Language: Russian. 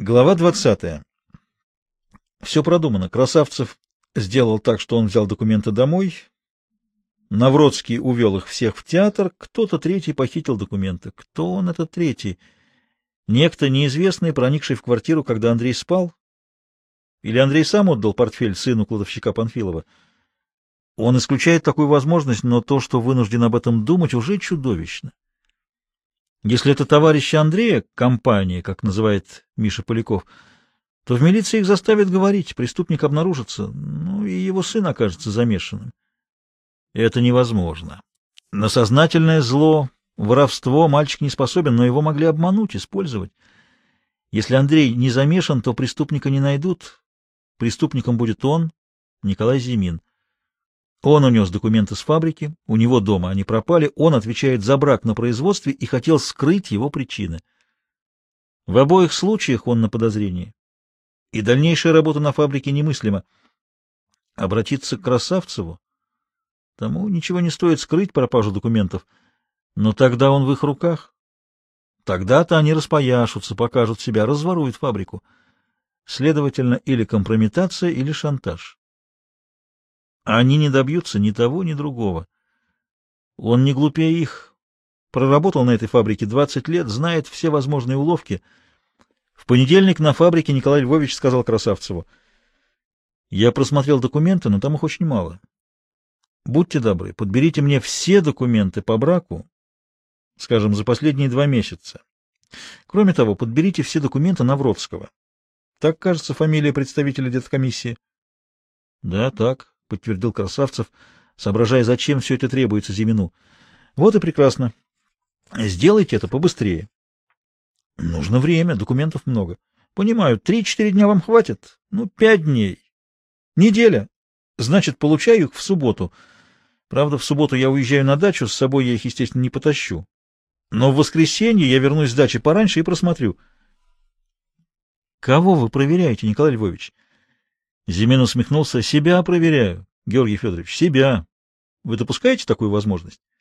Глава 20. Все продумано. Красавцев сделал так, что он взял документы домой. Навродский увел их всех в театр. Кто-то третий похитил документы. Кто он, этот третий? Некто неизвестный, проникший в квартиру, когда Андрей спал? Или Андрей сам отдал портфель сыну кладовщика Панфилова? Он исключает такую возможность, но то, что вынужден об этом думать, уже чудовищно. Если это товарищи Андрея, компания, как называет Миша Поляков, то в милиции их заставят говорить, преступник обнаружится, ну и его сын окажется замешанным. Это невозможно. На сознательное зло, воровство мальчик не способен, но его могли обмануть, использовать. Если Андрей не замешан, то преступника не найдут. Преступником будет он, Николай Зимин. Он унес документы с фабрики, у него дома они пропали, он отвечает за брак на производстве и хотел скрыть его причины. В обоих случаях он на подозрении, и дальнейшая работа на фабрике немыслима. Обратиться к Красавцеву? Тому ничего не стоит скрыть пропажу документов, но тогда он в их руках. Тогда-то они распояшутся, покажут себя, разворуют фабрику. Следовательно, или компрометация, или шантаж. Они не добьются ни того, ни другого. Он не глупее их. Проработал на этой фабрике 20 лет, знает все возможные уловки. В понедельник на фабрике Николай Львович сказал Красавцеву: «Я просмотрел документы, но там их очень мало. Будьте добры, подберите мне все документы по браку, скажем, за последние 2 месяца. Кроме того, подберите все документы Навродского». Так, кажется, фамилия представителя деткомиссии. — Да, так, — подтвердил Красавцев, соображая, зачем все это требуется Зимину. — Вот и прекрасно. Сделайте это побыстрее. — Нужно время, документов много. — Понимаю, 3-4 дня вам хватит? Ну, 5 дней. Неделя. Значит, получаю их в субботу. Правда, в субботу я уезжаю на дачу, с собой я их, естественно, не потащу. Но в воскресенье я вернусь с дачи пораньше и просмотрю. — Кого вы проверяете, Николай Львович? Зимин усмехнулся. — Себя проверяю, Георгий Федорович, себя. Вы допускаете такую возможность?